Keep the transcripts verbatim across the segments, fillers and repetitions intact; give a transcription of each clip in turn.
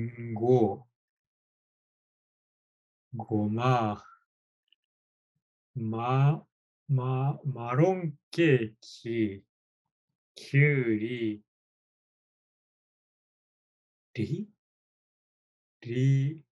んご、ごま、ままマロンケーキ、きゅうり、りり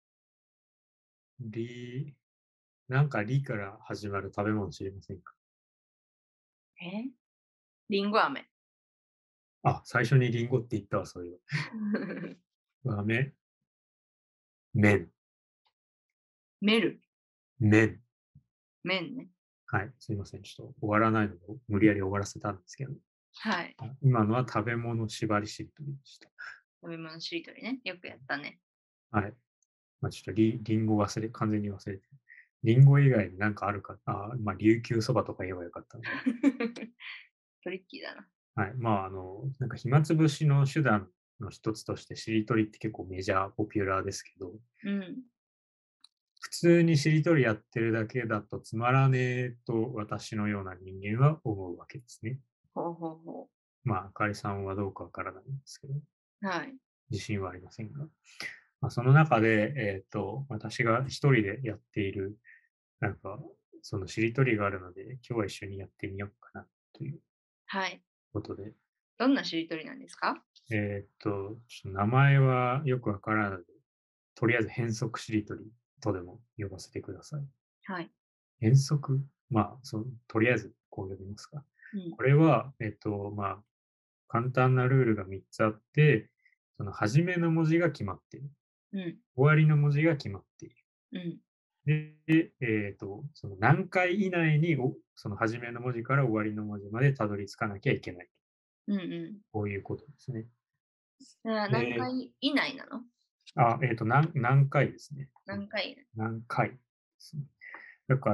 りなんかりから始まる食べ物知りませんか？ え？りんご飴。 あ、最初にりんごって言ったわ、そういえば。豆、麺、 メル、 麺。 麺ね。 はい、すいません。ちょっと終わらないので、無理やり終わらせたんですけど、 はい。 あ、今のは食べ物縛りしりとりでした。 食べ物しりとりね。よくやったね。 はい。まあ、ちょっとりりんご忘れ完全に忘れて。りんご以外になんかあるか、あ、まあ、琉球そばとか言えばよかったのに。 トリッキーだな。 はい。まあ、あの、なんか暇つぶしの手段の一つとして、しりとりって結構メジャー、ポピュラーですけど、 うん。 普通にしりとりやってるだけだとつまらねえと私のような人間は思うわけですね。 ほうほうほまあ、あかりさんはどうかわからないんですけど、 う。はい。 自信はありませんが。まあ、その中で、えっと、私が一人でやっている、なんか、そのしりとりがあるので、今日は一緒にやってみようかなというはい。 ことで、 どんなしりとりなんですか？ えっと、ちょっと名前はよくわからないので、とりあえず変則しりとりとでも呼ばせてください。 はい。 変則まあ、その、とりあえずこう呼びますか。 うん。 これは、えっと、まあ、簡単なルールがみっつあって、その初めの文字が決まっている。 うん。 終わりの文字が決まっている。 うん。 で、えっと、その何回以内におその初めの文字から終わりの文字までたどり着かなきゃいけない。 うんうん。 こういうことですね。 それは何で、 回以内なの？ あ、えっと、何何回ですね。 何回？ 何回ですね。だから、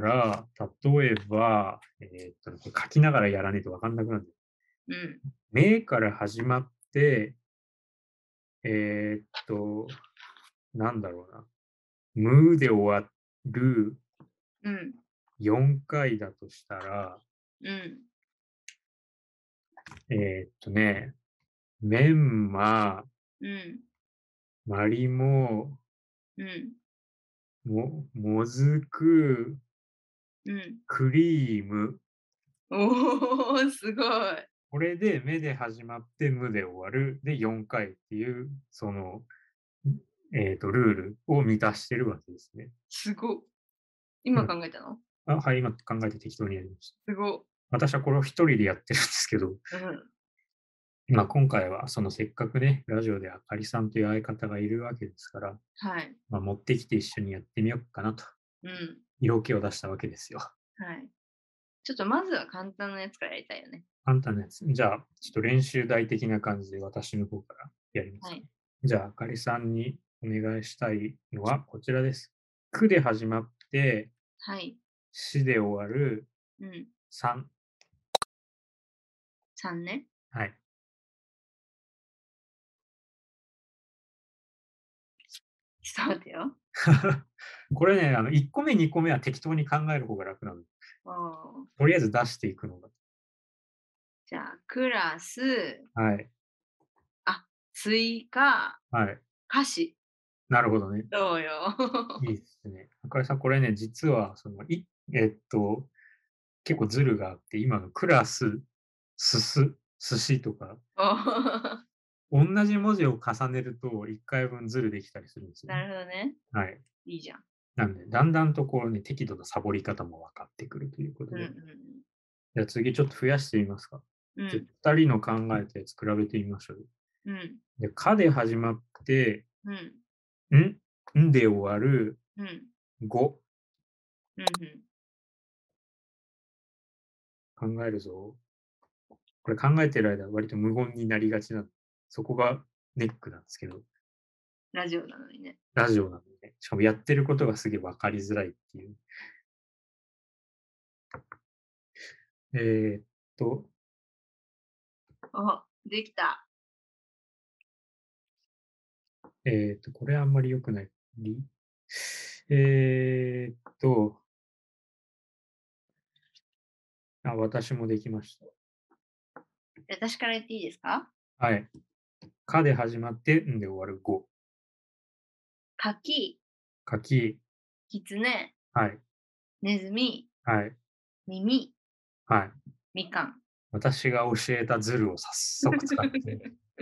例えば、えっと、これ書きながらやらないとわかんなくなるんだよ。 うん。 めから始まって、えっと、なんだろうな。むで終わるうん。 よんかいだとしたら、 うん。 えっとね、メンマ、 うん。 マリモ、 うん。 ももずく、 うん。 クリーム。 おお、すごい。 これで、めで始まって、むで終わる。で、よんかいっていう、その、えっと、ルールを満たしてるわけですね。 すご。今考えたの？ あ、はい、今考えて適当にやりました。 すご。 私はこれを一人でやってるんですけど、 うん。 まあ、今回はそのせっかくね、ラジオであかりさんという相方がいるわけですから、 はい。 まあ、持ってきて一緒にやってみようかなと、 うん。 色気を出したわけですよ。 はい。ちょっとまずは簡単なやつからやりたいよね。 簡単なやつ。じゃあ、ちょっと練習台的な感じで私の方からやりますね。 はい。 じゃあ、あかりさんにお願いしたいのはこちらです。くで始まって、 はい。 しで終わるうん。 さん。 さんね。 はい。 ちょっと待ってよ。 これね、あの、いっこめ、にこめは適当に考える方が楽なの。 ああ。 とりあえず出していくのが。 じゃあ、クラス、 はい。 あ、追加、 はい。 歌詞。 なるほどね。 どうよ。 いいですね。あかりさん、これね、実は、その、いえっと、結構ズルがあって、今のクラス、すす、寿司とか、 おー同じ文字を重ねるといっかいぶんズルできたりするんですよね。 なるほどね。 はい。 いいじゃん。 なんで、だんだんとこうね、適度なサボり方も分かってくるということうんうで。 んじゃあ次ちょっと増やしてみますか。 うん。うじゃ、 ん。 ふたりの考えたやつ比べてみましょうよ。 うん。 で、かで始まって、 うん。 ん、んで終わる、 うん。 ご、 うんうん。 考えるぞ。これ考えてる間は割と無言になりがちなの。そこがネックなんですけど、 ラジオなのにね。 ラジオなので、しかもやってることがすげえ分かりづらいっていう。えーっと、 お、できた。 えーっと、これあんまり良くない。りえーっと、あ、私もできました。 私から言っていいですか？ はい。かで始まって、んで終わるご。 柿、 柿、 きつね、 はい、 ネズミ、 はい、 耳、 はい。 みかん。 私が教えたズルを早速使って、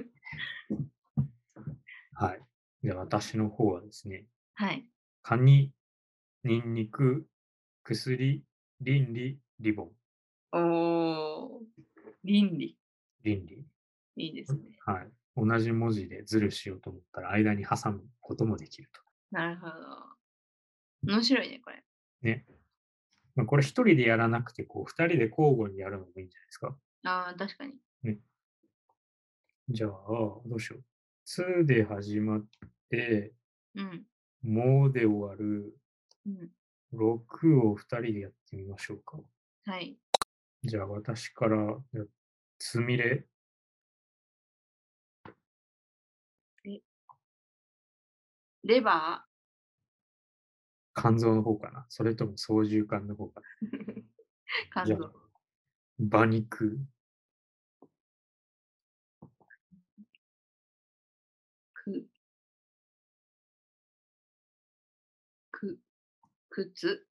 はい。で、私の方はですね、 はい。 カニ、ニンニク、薬、倫理、リボン。 おー、倫理。 倫理。 いいですね。 はい。同じ文字でズルしようと思ったら、間に挟むこともできると。 なるほど。面白いね、これ。 ね。まあ、これ一人でやらなくて、こう、二人で交互にやるのもいいんじゃないですか。 ああ、確かに。 ね。じゃあ、どうしよう。つで始まって、 うん。 もで終わる、 うん。 ろくを二人でやってみましょうか。 はい。 じゃあ、私から、じゃあつみれ、 え、レバ肝臓の方かな、それとも操縦桿の方かな。 ー、 じゃあ、 肝臓。 馬肉、 く、く、靴。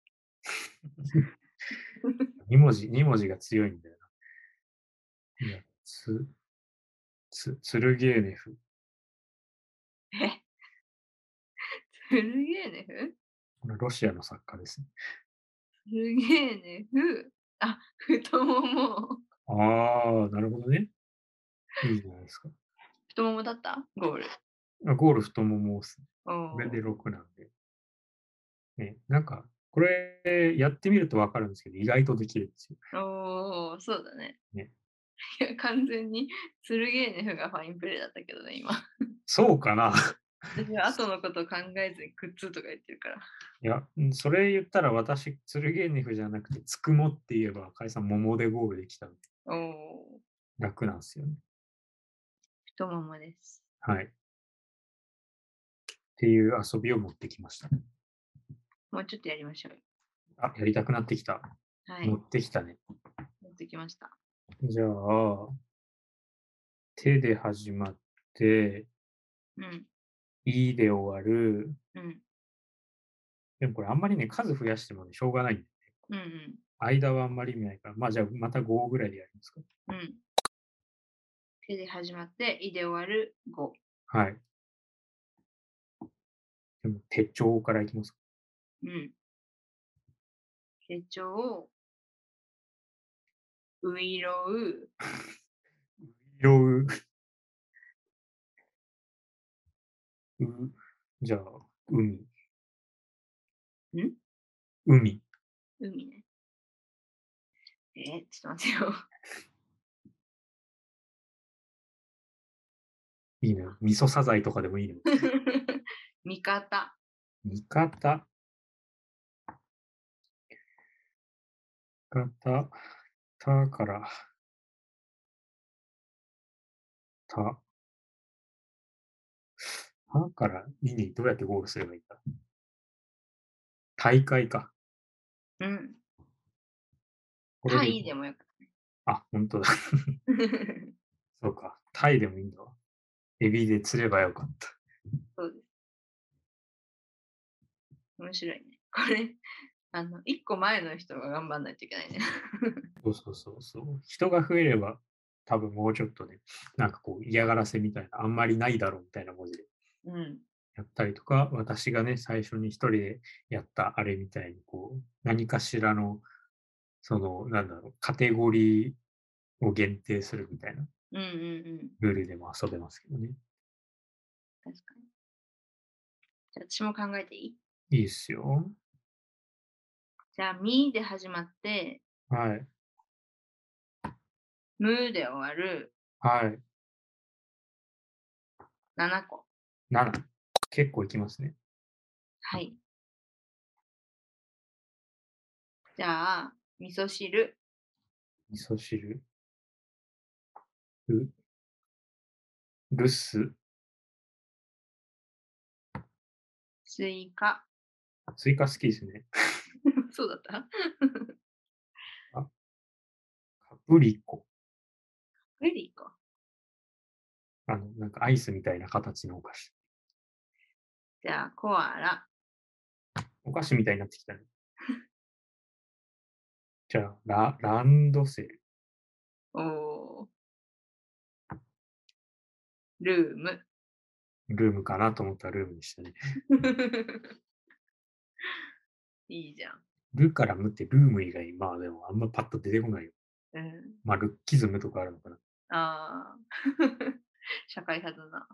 に文字、に文字が強いんだよな。じゃあ、つ、つ、ツルゲーネフ。 え、スルゲーネフこれロシアの作家ですね。 スルゲーネフあ、太もも。 ああ、なるほどね。いいじゃないですか。 太ももだったゴール。 あ、ゴール太ももっすね。 おこれでー。 ろくなんで。ね、なんか、これやってみるとわかるんですけど、意外とできるんですよ。 おー、そうだね。 ね。 いや、完全にスルゲーネフがファインプレーだったけどね、今。 そうかな。 私は後のことを考えずに靴とか言ってるから。 いや、ん、それ言ったら私、ツルゲーネフじゃなくて、つくもって言えば、カイさん桃でゴールできたんで、 おー、 楽なんですよね。 太ももです。 はい。っていう遊びを持ってきました。 もうちょっとやりましょうよ。 あ、やりたくなってきた。持っはい。 てきたね。 持ってきました。 じゃあ、手で始まって、 うん。 いで終わる。 うん。 でもこれあんまりね、数増やしてもね、しょうがないんで、 うんうん。 間はあんまり意味ないから、まあじゃあまたごぐらいでやりますか。 うん。手で始まって、いで終わるご。 はい。でも手帳からいきますか。 うん。手帳、ういろう、 拾う、う、じゃあ、海、 ん海。 海ね。えー、ちょっと待ってよ。 いいね。味噌サザエとかでもいいね。 味方、 味方、味方、たから、た、たからいにどうやってゴールすればいいんだ。大会か。 うん。 これでいい。 タイでもよかっあ、本当だ。 た。 そうか。タイでもいいんだわ。エビで釣ればよかった。 そうです。面白いね。これ、あの、一個前の人が頑張んないといけないね。 そうそうそうそう。人が増えれば、多分もうちょっとね、なんかこう嫌がらせみたいな、あんまりないだろうみたいな文字でうん。 やったりとか、私がね、最初に一人でやったあれみたいに、こう、何かしらの、その、なんだろう、カテゴリーを限定するみたいなうんうんうん。 ルールでも遊べますけどね。 確かに。じゃあ私も考えていいいいっすよ。 じゃあ、みで始まって、 はい。 むで終わるはい。 ななこ。 なな。結構いきますね。 はい。じゃあ、味噌汁、 味噌汁、る、留守、 スイカ。 スイカ好きですね。 そうだったあ、カプリコ。 ベリーか。 あの、なんかアイスみたいな形のお菓子。 じゃあ、コアラ。 お菓子みたいになってきたね。じゃあ、ラランドセル。 おお。ルーム。 ルームかなと思ったらルームでしたね。 いいじゃん。 ルからムってルーム以外、まあでもあんまパッと出てこないよ。 うん。 まあ、ルッキズムとかあるのかな。 ああ。社会派だな。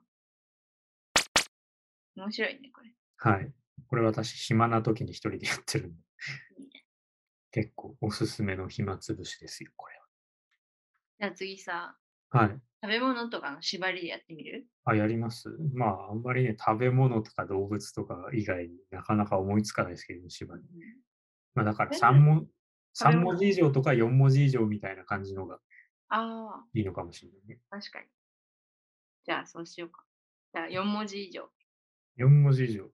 面白いね、これ。 はい。これ私、暇な時に一人でやってるんで、 いいね。 結構おすすめの暇つぶしですよ、これじゃあ次さ、 は。はい。 食べ物とかの縛りでやってみる？ あ、やります。まあ、あんまりね、食べ物とか動物とか以外になかなか思いつかないですけど、縛り。 うん。 まあ、だから食べ 3文、3 食べ物。 文字以上とかよん文字以上みたいな感じのがああ、 いいのかもしれないね。 確かに。じゃあそうしようか。じゃあよん文字以上。 よん文字以上。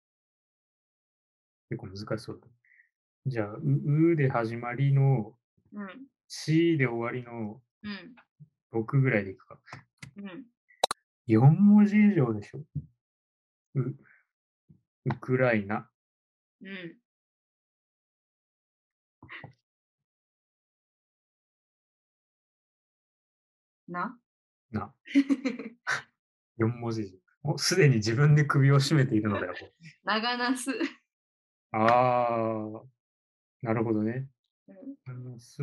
結構難しそうだ。じゃあ、う、うで始まりの、 うん。 ちで終わりのうん。 ろくぐらいでいくか。 うん。 よん文字以上でしょ。う、ウクライナ、 うん。な。 な、よん文字以上。もうすでに自分で首を絞めているのでは、こう。 長なす。 ああ、なるほどね。 うん。 あのす、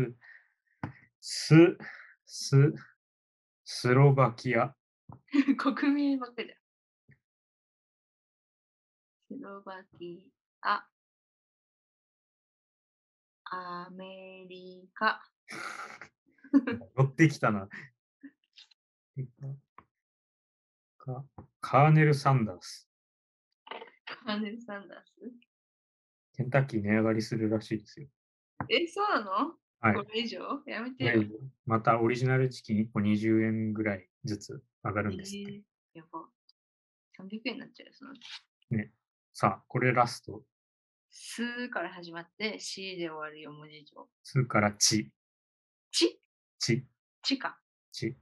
す、す、スロバキア、 国名ばっかりだ。スロバキア、アメリカ。 乗ってきたな。かカーネル・サンダース。 カーネル・サンダース。 ケンタッキー値上がりするらしいですよ。 え、そうなの？ はい。 これ以上やめてよ。 これ以上またオリジナルチキンいっこにじゅうえんぐらいずつ上がるえんですって。 ー、やば。さんびゃくえんになっちゃうよ、その。 ね。さあ、これラスト。 すから始まって、しで終わるよ文字以上。 すからち、 ちち、 ちか。 ち。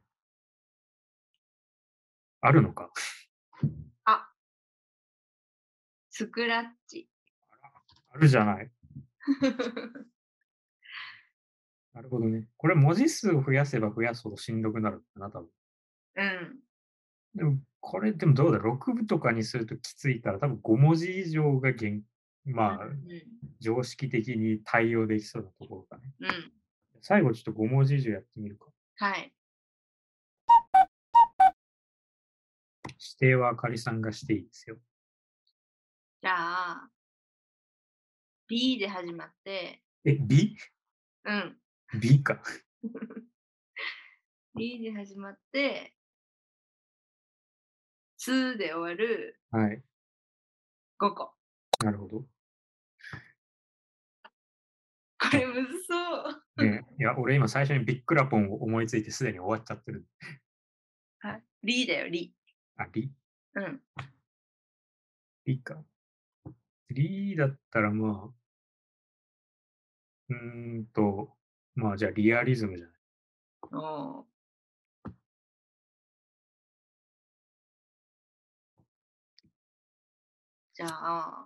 あるのか。 あ、スクラッチ。 あるじゃない。なるほどね。これ文字数を増やせば増やすほどしんどくなるかな、多分。 うん。 でも、これでもどうだ、ろく部とかにするときついから、多分ご文字以上が限まあ、 うん常識的に対応できそうなところかね。 うん。うん。 最後ちょっとご文字以上やってみるか。 はい。 指定はあかりさんがしていいですよ。 じゃあ、B で始まって、 え、B?B うん。 か。 B で始まって、つで終わるはい。 ごこ。 なるほど。 これむずそう。 ねいや、俺今最初にビッグラポンを思いついてすでに終わっちゃってる。 はい。リだよ、リ。 あ、リうん。 リか。リだったらまあ、うーんと、まあじゃあリアリズムじゃない。 おー。じゃあ、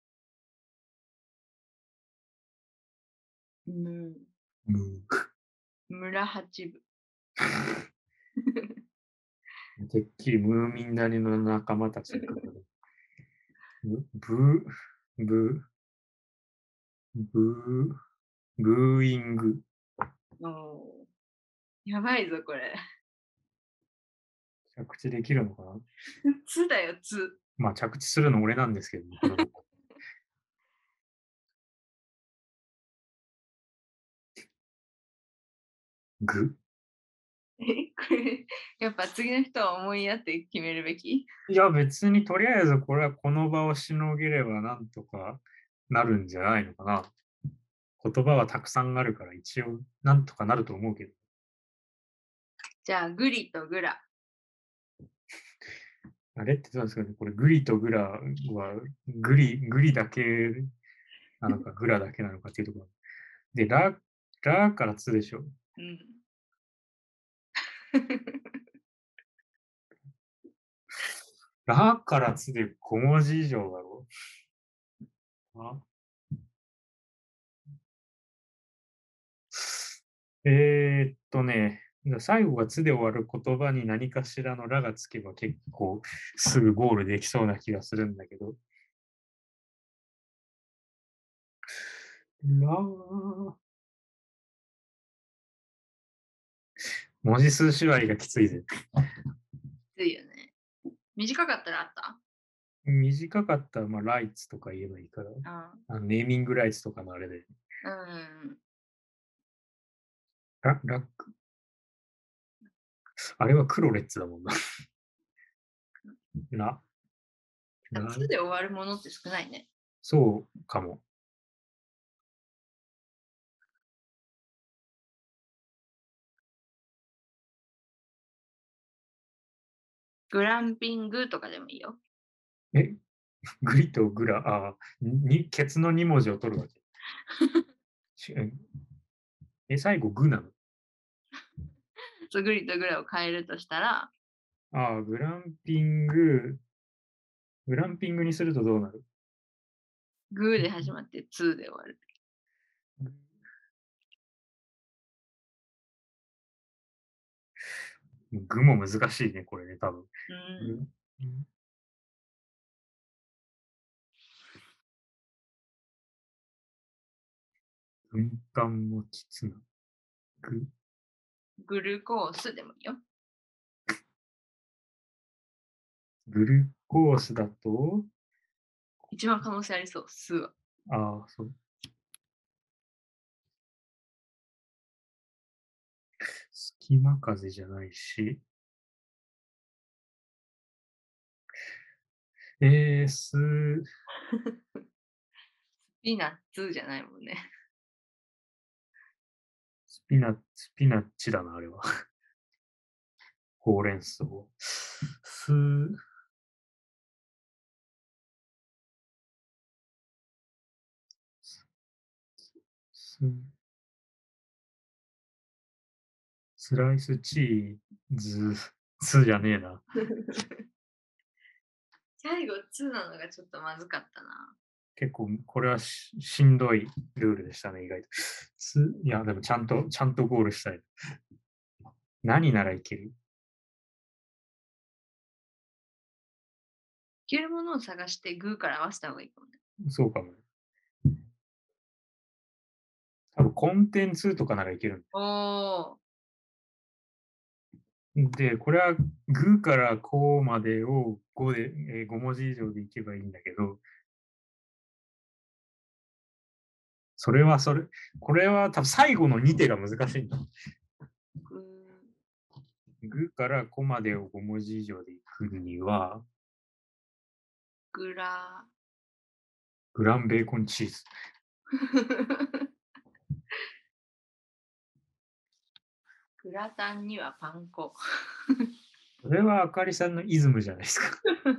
む、 ムー。 村八部。 てっきりムーミン谷の仲間たちにかかる。ブ、ブー、ブー、ブー、ブーイング。 おー。やばいぞ、これ。 着地できるのかな。 つだよ、つ。 まあ着地するの俺なんですけどね、この中。グえ、これ、やっぱ次の人は思いやって決めるべき？ いや別にとりあえずこれはこの場をしのげればなんとかなるんじゃないのかな。言葉はたくさんあるから一応なんとかなると思うけど。 じゃあ、グリとグラ。 あれってどうなんですかね、これグリとグラはグリ、グリだけなのか、グラだけなのかっていうところ。で、ラ、ラからつでしょ。 うん。 ラからつでご文字以上だろあえーっとね、最後がつで終わる言葉に何かしらのらがつけば結構すぐゴールできそうな気がするんだけど。ら文字数縛りがきついぜ。 ついよね。短かったらあった短かったら、まあ、ライツとか言えばいいから、 ああのネーミングライツとかのあれで、 うん。 ララック、あれはクロレッツだもんな。ラ、ライ、 つで終わるものって少ないね。 そうかも。 グランピングとかでもいいよ。 え、グリとグラ、あに、ケツのに文字を取るわけ。しえ、最後グなのそうグリとグラを変えるとしたら、 ああ、グランピング、グランピングにするとどうなるグーで始まってツーで終わる。 グも難しいね、これね、多分。 うん。 グ軍艦もきつな。グ、 グルコースでもいいよ。 グルコースだと、 一番可能性ありそう、スは。 ああ、そう。隙間風じゃないし、えー、す、 ピーナッツじゃないもんね。 スピナッ、スピナッチだな、あれは。ほうれん草。す、す、スライスチーズ、すじゃねえな。 最後ツーなのがちょっとまずかったな。 結構、これはししんどいルールでしたね、意外と。ついや、でもちゃんと、ちゃんとゴールしたい。何ならいけるいけるものを探してグーから合わせた方がいいかもね。 そうかもね。多分コンテンツとかならいけるんおー、 で、これはグーからこうまでをごで、えーご文字以上でいけばいいんだけど、それはそれ、これは多分最後のに手が難しいんだ。 ググーからこまでをご文字以上でいくには、 ー、グラ、 グランベーコンチーズ。 グラタンにはパン粉。 これはあかりさんのイズムじゃないですか。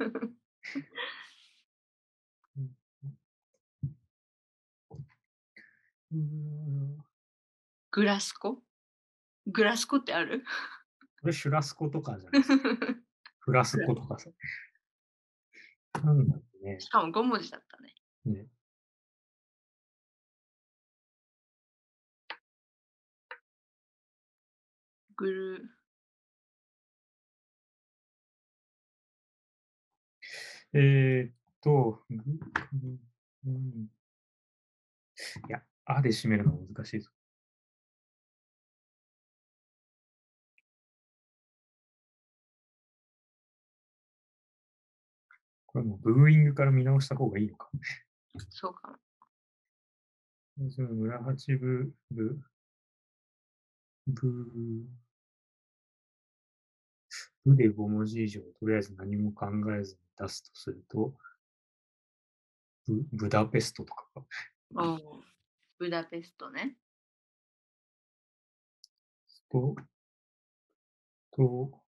うんグラスコグラスコってあるこれシュラスコとかじゃないですか。フラスコとかさ。なんだろうね。 しかもご文字だったね。 ねグル、 えーっと、ぐぐうんいや、あで締めるの難しいぞ。これもうブーイングから見直した方がいいのか。 そうかも。 その村八部、部、部、部でご文字以上、とりあえず何も考えずに出すとすると、ブブダペストとかか。 おーブダペストね。 と、と、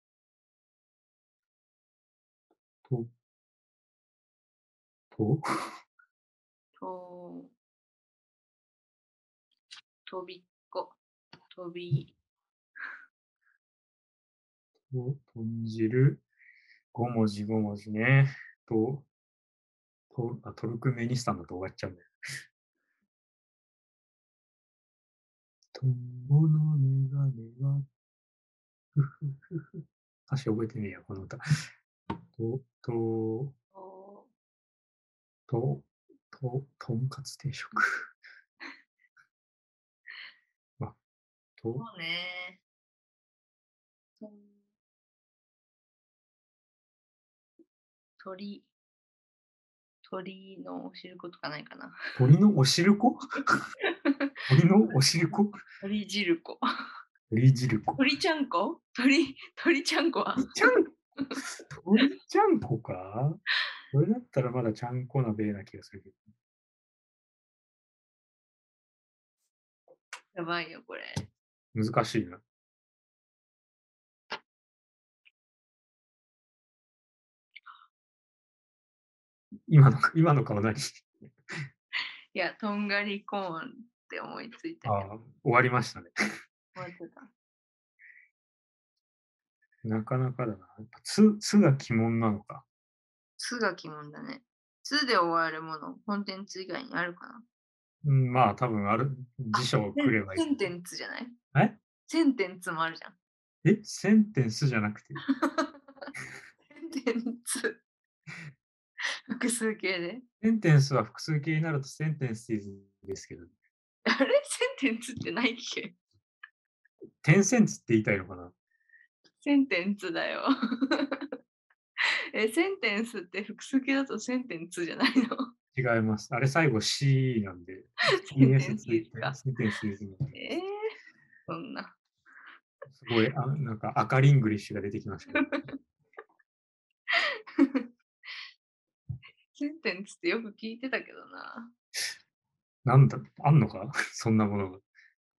と、と、 と、とびっこ、とび、 と、豚汁、 ご文字ご文字ね。と、とあトルクメニスタンだと終わっちゃうんだよ。友のメガネは、ふふふふ。歌詞覚えてねえや、この歌。と、と、 おと、と、とんかつ定食。ま、と、 そうね。と鳥、鳥のお汁粉とかないかな。 鳥のお汁粉鳥のお汁粉鳥汁粉。 鳥汁粉。 鳥ちゃんこ鳥、鳥ちゃんこは鳥ちゃん、鳥ちゃんこかそれだったらまだちゃんこ鍋な気がするけど。 やばいよ、これ。 難しいな。今の、今の顔何いや、とんがりコーンって思いついたけど、 ああ、終わりましたね。 終わってた。 なかなかだな。やっぱつ、つが鬼門なのか。 つが鬼門だね。つで終わるもの、コンテンツ以外にあるかな。 うん、まあ多分ある、辞あ、 書をセンくればいい。 センテンツじゃないえセンテンツもあるじゃん。 えセンテンスじゃなくて。 センテンツ。複数形で。 センテンスは複数形になるとセンテンスですけど、 あれセンテンツってないっけテンセンツって言いたいのかな。 センテンツだよ。え、センテンスって複数形だとセンテンツじゃないの違います。あれ最後 C なんで、 センテイーエスンついてスか。 センテンスなんで、 えー、そんな。 すごい、あなんか赤リングリッシュが出てきましたけど。 センテンツってよく聞いてたけどな。 なんだ、あんのかそんなものが。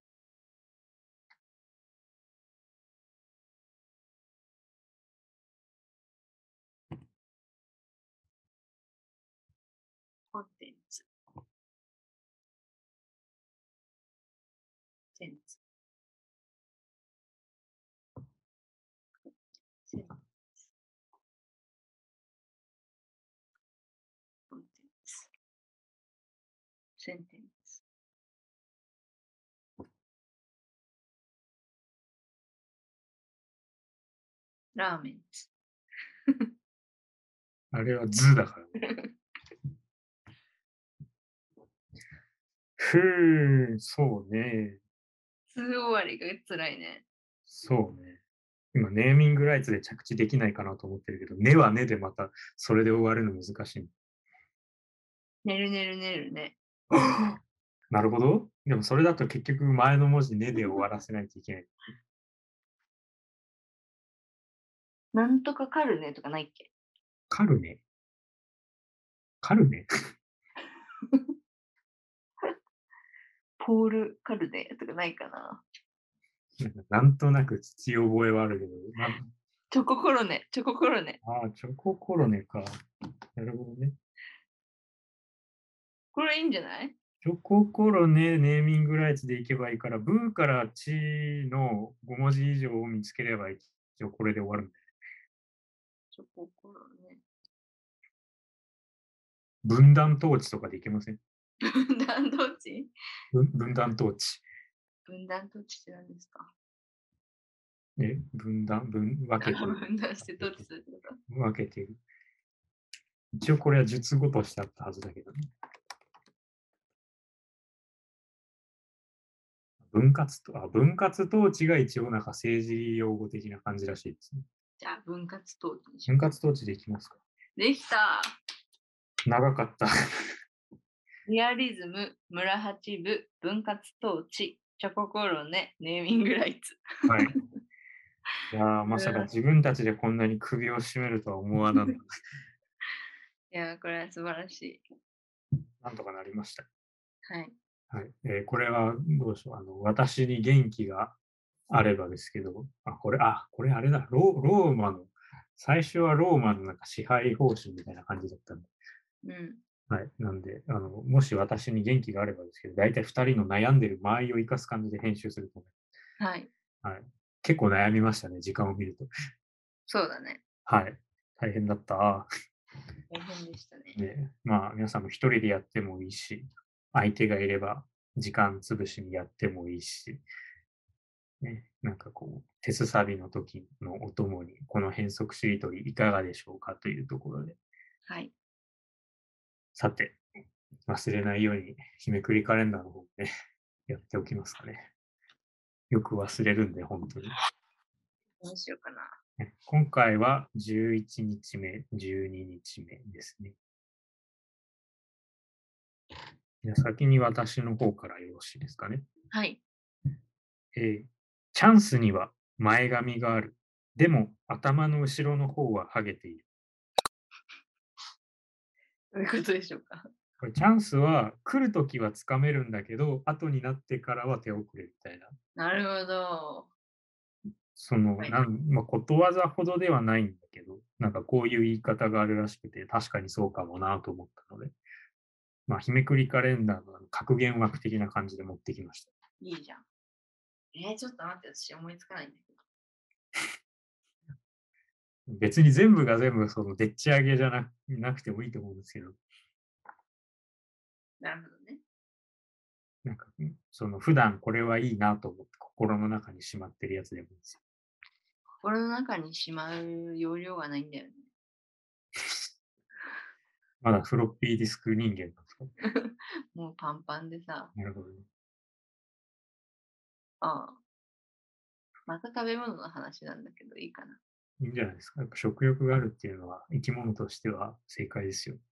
コンテンツ。センツ。センコンテンツ。センテンツ。ラーメンツ。 あれは図だから。ふー、そうね。 つ終わりが辛いね。 そうね。今、ネーミングライツで着地できないかなと思ってるけど、ねはねでまたそれで終わるの難しい。 ねるねるねるね。 なるほど。でもそれだと結局前の文字ねで終わらせないといけない。 なんとかカルネとかないっけカルネカルネポールカルネとかないかな。 なんとなく聞き覚えはあるけど、なんチョココロネ、チョココロネ。 ああ、チョココロネか。なるほどね。 これいいんじゃないチョココロネ、ネーミングライツでいけばいいから、ブーからチのご文字以上を見つければ一応これで終わるんだよ。 チョココロネ。 分断統治とかでいけません？ 分断統治分分断統治。 分断統治って何ですかえ、分断、分、分けてる。 分断して統治するってこと分けてる。一応これは術語としてあったはずだけどね。分割と、あ、分割統治が一応なんか政治用語的な感じらしいですね。 じゃあ分割統治にしよ分割統治でいきますか。 う。できた長かった。 リアリズム、村八部、分割統治、チョココロネ、ネーミングライツ。 はい。いやーまさか自分たちでこんなに首を絞めるとは思わなんだ。 いやー、これは素晴らしい。 なんとかなりました。 はい。 はい。えーこれはどうしよう。あの、私に元気があればですけど、あ、これ、あ、これあれだ。ロローマの、最初はローマのなんか支配方針みたいな感じだったんで。 うん。 はい。なんで、あの、もし私に元気があればですけど、大体ふたりの悩んでる間合いを生かす感じで編集すると思いはい。 ます。はい。結構悩みましたね、時間を見ると。 そうだね。 はい。 大変だった。 大変でしたね。 ね、まあ、皆さんも一人でやってもいいし、相手がいれば時間潰しにやってもいいし、ね、なんかこう、手すさびの時のお供に、この変則しりとりいかがでしょうかというところで、 はい。 さて、忘れないように日めくりカレンダーの方で、ね、やっておきますかね。よく忘れるんで、本当に。 どうしようかな。 ね、今回はじゅういちにちめ、じゅうににちめですね。じゃあ先に私の方からよろしいですかね。 はい。 えーチャンスには前髪がある。でも頭の後ろの方はハゲている。 どういうことでしょうか。 これチャンスは来るときはつかめるんだけど、後になってからは手遅れみたいな。 なるほど。 その、 はい。 なん、まあ、ことわざほどではないんだけど、なんかこういう言い方があるらしくて、確かにそうかもなと思ったので、まあ、日めくりカレンダーの格言枠的な感じで持ってきました。 いいじゃん。えー、ちょっと待って、私思いつかないんだけど。 別に全部が全部そのでっち上げじゃななくてもいいと思うんですけど、 なるほどね。 なんか、その普段これはいいなと思って心の中にしまってるやつでもいいですよ。 心の中にしまう容量がないんだよね。 まだフロッピーディスク人間なんですか？ もうパンパンでさ、 なるほどね。 ああ、また食べ物の話なんだけどいいかな。 いいんじゃないですか。やっぱ食欲があるっていうのは生き物としては正解ですよ。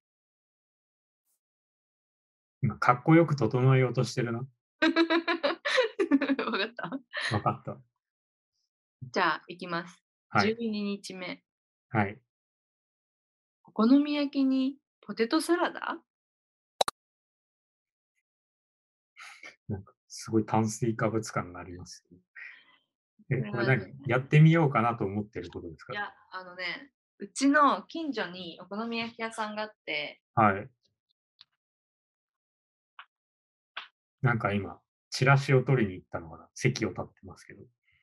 今、かっこよく整えようとしてるな。 わかった。 わかった。 じゃあ、いきます。12 はい。 日目。 はい。 お好み焼きにポテトサラダ。 なんかすごい炭水化物感がありますね。え、 これはね、 これ何やってみようかなと思ってることですか？ いや、あのね、うちの近所にお好み焼き屋さんがあって、 はい。なんか今、チラシを取りに行ったのかな。席を立ってますけど。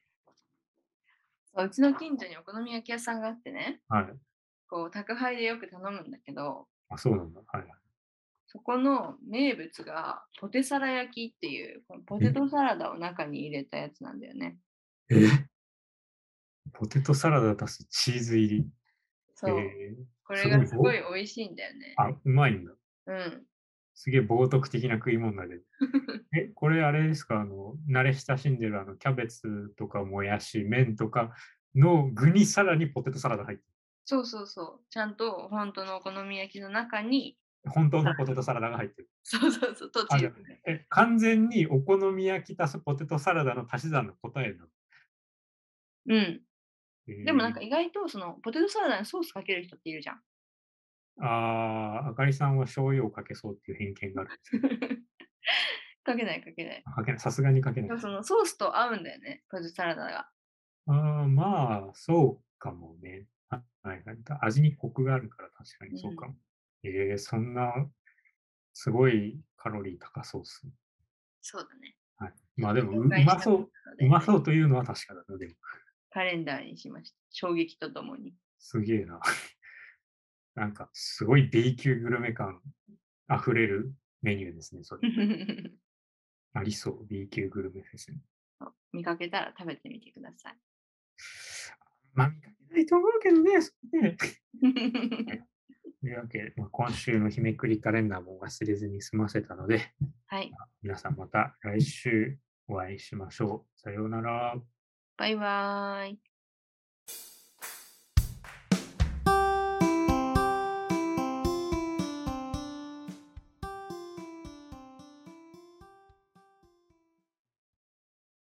そううちの近所にお好み焼き屋さんがあってね、 はい。 こう宅配でよく頼むんだけど、 あ、そうなんだ。はい。 そこの名物がポテサラ焼きっていう、このポテトサラダを中に入れたやつなんだよね。 ええポテトサラダ足すチーズ入り。 そう。 えー、 これすごいぼ、 がすごい美味しいんだよね。 あ、うまいんだ。 うん。 すげえ冒涜的な食い物だけど。え、これあれですか、あの、慣れ親しんでるあの、キャベツとかもやし、麺とかの具にさらにポテトサラダ入ってそうそうそう。ちゃんと本当のお好み焼きの中に、 る。本当のポテトサラダが入ってる。 そうそうそう、とチあ、じゃあーズね。 え、完全にお好み焼き足すポテトサラダの足し算の答えなの。 うん。 えでもなんかー、 意外とそのポテトサラダにソースかける人っているじゃん。 あー、あかりさんは醤油をかけそうっていう偏見があるんですけど、 かけないかけない。 かけない、さすがにかけない。 でもそのソースと合うんだよね、ポテトサラダが。 ああ、まあ、そうかもね。ははいはい。味にコクがあるから確かうん。 にそうかも。ええ、そんなすごいカロリー高そうっすね。 そうだね。 はい。 ちょっまあでも、うと紹介したかっうまそうたので、 うまそうというのは確かだな、でも。 カレンダーにしました。衝撃とともに。 すげえな。なんかすごい B 級グルメ感溢れるメニューですね、それ。ありそう、B 級グルメフェスに。 見かけたら食べてみてください。 まあ、見かけないと思うけどね、そうね。はい。というわけで、まあ、今週の日めくりカレンダーも忘れずに済ませたので、 はい。 皆さんまた来週お会いしましょう。さようなら。 バイバーイ。